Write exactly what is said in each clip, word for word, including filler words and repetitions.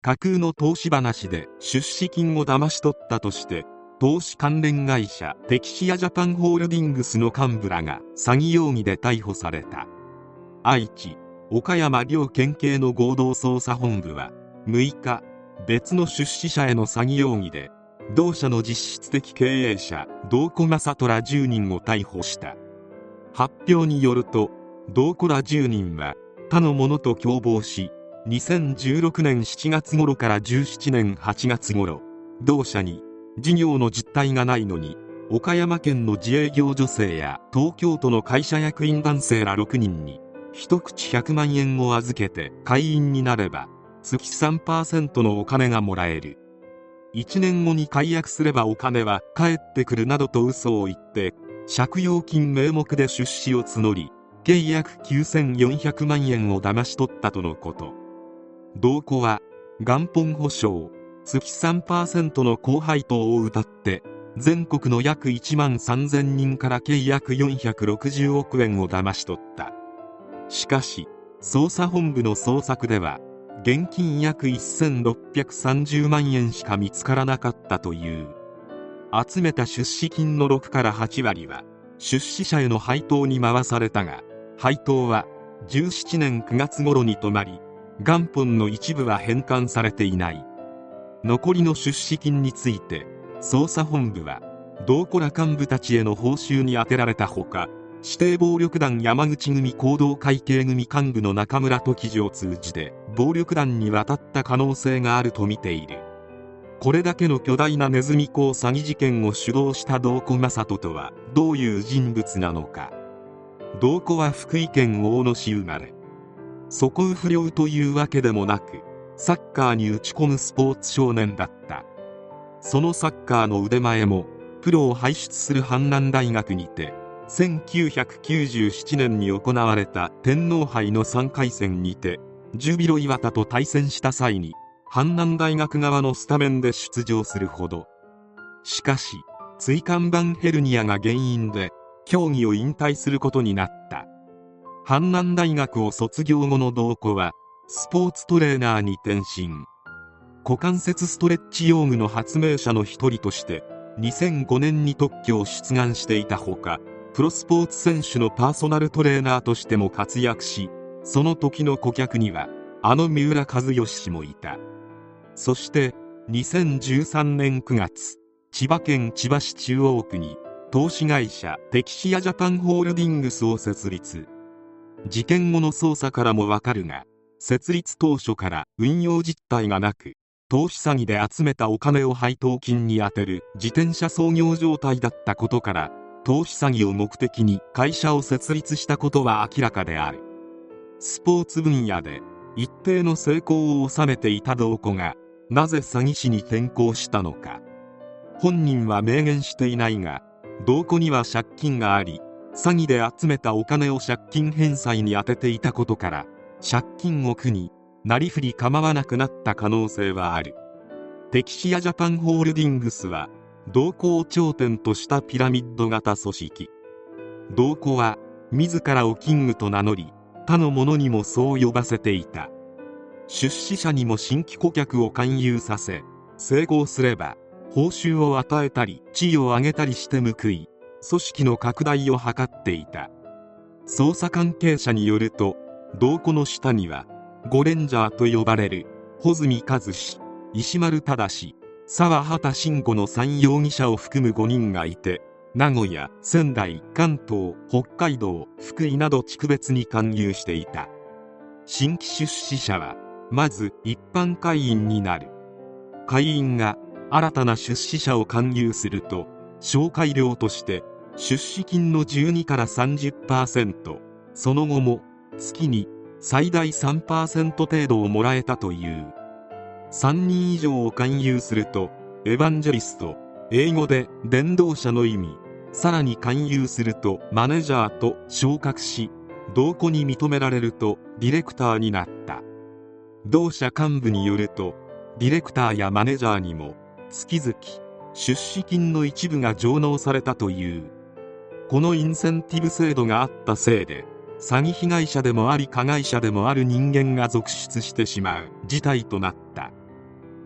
架空の投資話で出資金を騙し取ったとして投資関連会社テキシアジャパンホールディングスの幹部らが詐欺容疑で逮捕された。愛知岡山両県警の合同捜査本部はむいか、別の出資者への詐欺容疑で同社の実質的経営者道小正人らじゅうにんを逮捕した。発表によると道小らじゅうにんは他の者と共謀し、にせんじゅうろくねんしちがつ頃からじゅうななねんはちがつ頃、同社に事業の実態がないのに岡山県の自営業女性や東京都の会社役員男性らろくにんに一口ひゃくまんえんを預けて会員になれば月 さんパーセント のお金がもらえる、いちねんごに解約すればお金は返ってくるなどと嘘を言って借用金名目で出資を募り、計約きゅうせんよんひゃくまんえんを騙し取ったとのこと。道小は元本保証月 さんパーセント の高配当を謳って全国の約いちまんさんぜんにんから計約よんひゃくろくじゅうおくえんを騙し取った。しかし捜査本部の捜索では現金約せんろっぴゃくさんじゅうまんえんしか見つからなかったという。集めた出資金のろくからはちわりは出資者への配当に回されたが、配当はじゅうななねんくがつ頃に止まり、元本の一部は返還されていない。残りの出資金について捜査本部は道小ら幹部たちへの報酬に充てられたほか、指定暴力団山口組行動会系組幹部の中村時次を通じて暴力団に渡った可能性があるとみている。これだけの巨大なネズミ講詐欺事件を主導した道小正人とはどういう人物なのか。道小は福井県大野市生まれ、素行不良というわけでもなくサッカーに打ち込むスポーツ少年だった。そのサッカーの腕前もプロを輩出する阪南大学にてせんきゅうひゃくきゅうじゅうななねんに行われた天皇杯のさんかいせんにてジュビロ磐田と対戦した際に阪南大学側のスタメンで出場するほど。しかし椎間板ヘルニアが原因で競技を引退することになった。阪南大学を卒業後の道小はスポーツトレーナーに転身。股関節ストレッチ用具の発明者の一人としてにせんごねんに特許を出願していたほか、プロスポーツ選手のパーソナルトレーナーとしても活躍し、その時の顧客にはあの三浦知良氏もいた。そしてにせんじゅうさんねんくがつ、千葉県千葉市中央区に投資会社テキシアジャパンホールディングスを設立。事件後の捜査からもわかるが、設立当初から運用実態がなく、投資詐欺で集めたお金を配当金に充てる自転車操業状態だったことから、投資詐欺を目的に会社を設立したことは明らかである。スポーツ分野で一定の成功を収めていた道小がなぜ詐欺師に転向したのか。本人は明言していないが、道小には借金があり、詐欺で集めたお金を借金返済に充てていたことから、借金を苦になりふり構わなくなった可能性はある。テキシアジャパンホールディングスは道小を頂点としたピラミッド型組織。道小は自らをキングと名乗り、他の者にもそう呼ばせていた。出資者にも新規顧客を勧誘させ、成功すれば報酬を与えたり地位を上げたりして報い、組織の拡大を図っていた。捜査関係者によると、道小の下にはゴレンジャーと呼ばれる穂積和志、石丸忠、沢畑慎吾のさん容疑者を含むごにんがいて、名古屋、仙台、関東、北海道、福井など地区別に勧誘していた。新規出資者はまず一般会員になる。会員が新たな出資者を勧誘すると、紹介料として出資金のじゅうにから さんじゅっパーセント、その後も月に最大 さんパーセント 程度をもらえたという。さんにん以上を勧誘するとエヴァンジェリスト、英語で伝道者の意味、さらに勧誘するとマネージャーと昇格し、道小に認められるとディレクターになった。同社幹部によると、ディレクターやマネージャーにも月々出資金の一部が上納されたという。このインセンティブ制度があったせいで、詐欺被害者でもあり加害者でもある人間が続出してしまう事態となった。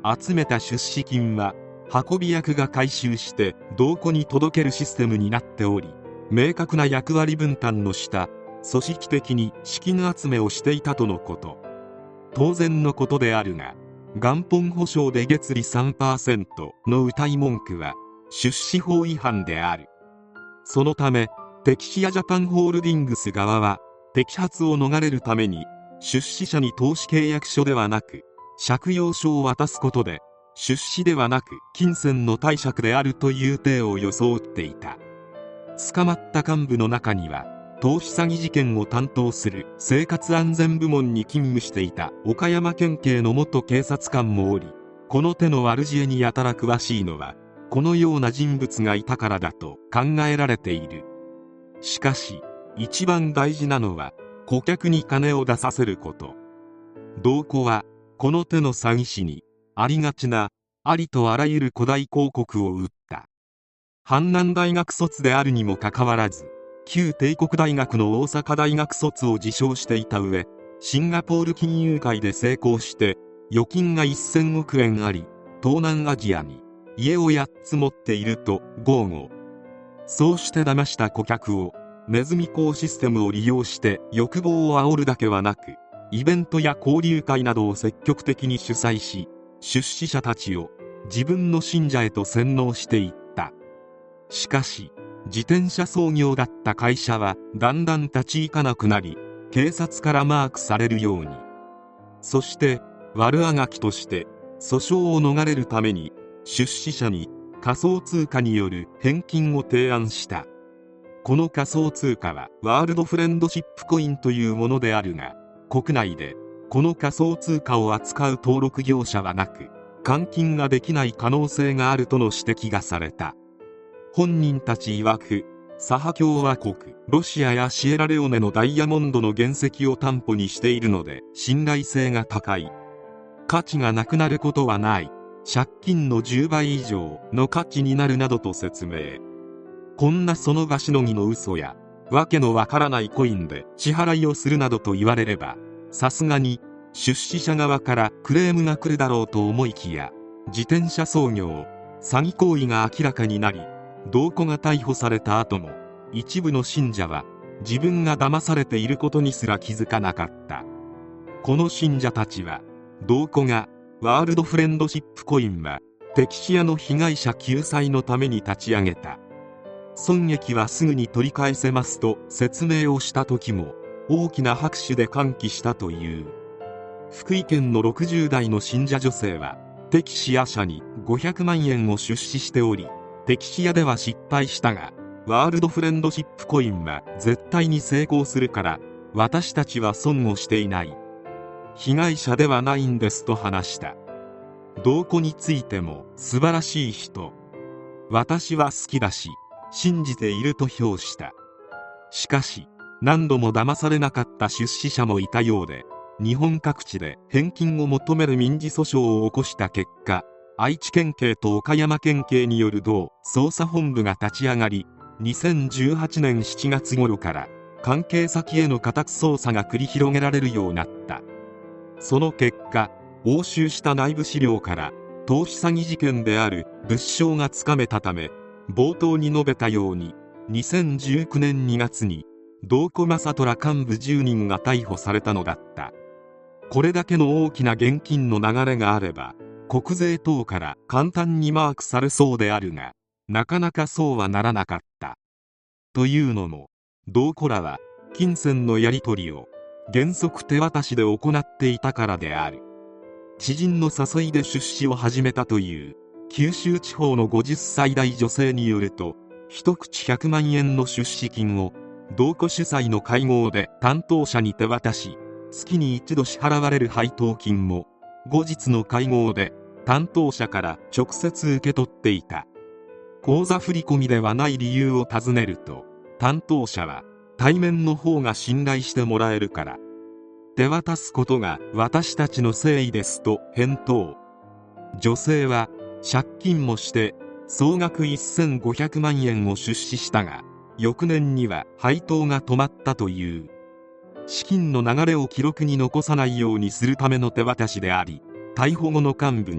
集めた出資金は運び役が回収して同庫に届けるシステムになっており、明確な役割分担の下、組織的に資金集めをしていたとのこと。当然のことであるが、元本保証で月利 さんパーセント の謳い文句は出資法違反である。そのためテキシアジャパンホールディングス側は摘発を逃れるために出資者に投資契約書ではなく借用書を渡すことで、出資ではなく金銭の貸借であるという体を装っていた。捕まった幹部の中には投資詐欺事件を担当する生活安全部門に勤務していた岡山県警の元警察官もおり、この手の悪知恵にやたら詳しいのはこのような人物がいたからだと考えられている。しかし一番大事なのは顧客に金を出させること。同庫はこの手の詐欺師にありがちなありとあらゆる古代広告を売った。阪南大学卒であるにもかかわらず、旧帝国大学の大阪大学卒を自称していた上、シンガポール金融界で成功して預金がせんおくえんあり、東南アジアに家をやっつ持っていると豪語。そうして騙した顧客をネズミ講システムを利用して欲望を煽るだけはなく、イベントや交流会などを積極的に主催し、出資者たちを自分の信者へと洗脳していった。しかし自転車操業だった会社はだんだん立ち行かなくなり、警察からマークされるように。そして悪あがきとして訴訟を逃れるために出資者に仮想通貨による返金を提案した。この仮想通貨はワールドフレンドシップコインというものであるが、国内でこの仮想通貨を扱う登録業者はなく、換金ができない可能性があるとの指摘がされた。本人たち曰く、サハ共和国ロシアやシエラレオネのダイヤモンドの原石を担保にしているので信頼性が高い。価値がなくなることはない。借金のじゅうばい以上の価値になるなどと説明。こんなその場しのぎの嘘やわけのわからないコインで支払いをするなどと言われれば、さすがに出資者側からクレームが来るだろうと思いきや、自転車操業詐欺行為が明らかになり、同庫が逮捕された後も一部の信者は自分が騙されていることにすら気づかなかった。この信者たちは同庫がワールドフレンドシップコインはテキシアの被害者救済のために立ち上げた、損益はすぐに取り返せますと説明をした時も大きな拍手で歓喜したという。福井県のろくじゅう代の信者女性はテキシア社にごひゃくまんえんを出資しており、テキシアでは失敗したがワールドフレンドシップコインは絶対に成功するから私たちは損をしていない、被害者ではないんですと話した。同庫についても素晴らしい人、私は好きだし信じていると評した。しかし何度も騙されなかった出資者もいたようで、日本各地で返金を求める民事訴訟を起こした結果、愛知県警と岡山県警による同捜査本部が立ち上がり、にせんじゅうはちねんしちがつ頃から関係先への家宅捜査が繰り広げられるようになった。その結果、押収した内部資料から投資詐欺事件である物証がつかめたため、冒頭に述べたようににせんじゅうきゅうねんにがつに同庫正虎幹部じゅうにんが逮捕されたのだった。これだけの大きな現金の流れがあれば国税等から簡単にマークされそうであるが、なかなかそうはならなかった。というのも同庫らは金銭のやり取りを原則手渡しで行っていたからである。知人の誘いで出資を始めたという九州地方のごじゅっさい代女性によると、一口ひゃくまんえんの出資金を同庫主催の会合で担当者に手渡し、月に一度支払われる配当金も後日の会合で担当者から直接受け取っていた。口座振込ではない理由を尋ねると、担当者は対面の方が信頼してもらえるから手渡すことが私たちの誠意ですと返答。女性は借金もして総額せんごひゃくまんえんを出資したが、翌年には配当が止まったという。資金の流れを記録に残さないようにするための手渡しであり、逮捕後の幹部に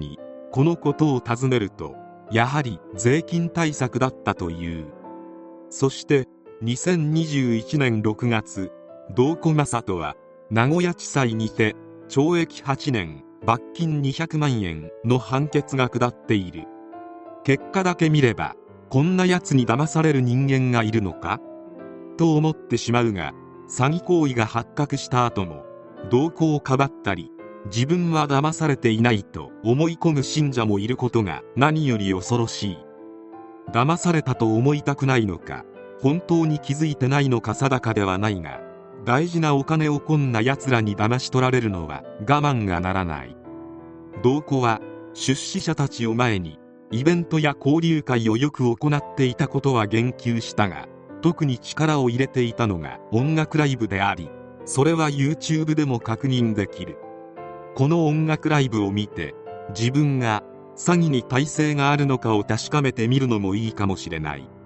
このことを尋ねると、やはり税金対策だったという。そしてにせんにじゅういちねんろくがつ、道小正人は名古屋地裁にて懲役はちねん罰金にひゃくまんえんの判決が下っている。結果だけ見れば、こんなやつに騙される人間がいるのかと思ってしまうが、詐欺行為が発覚した後も動向をかばったり、自分は騙されていないと思い込む信者もいることが何より恐ろしい。騙されたと思いたくないのか、本当に気づいてないのか定かではないが、大事なお金をこんな奴らに騙し取られるのは我慢がならない。道小は出資者たちを前にイベントや交流会をよく行っていたことは言及したが、特に力を入れていたのが音楽ライブであり、それは YouTube でも確認できる。この音楽ライブを見て、自分が詐欺に耐性があるのかを確かめてみるのもいいかもしれない。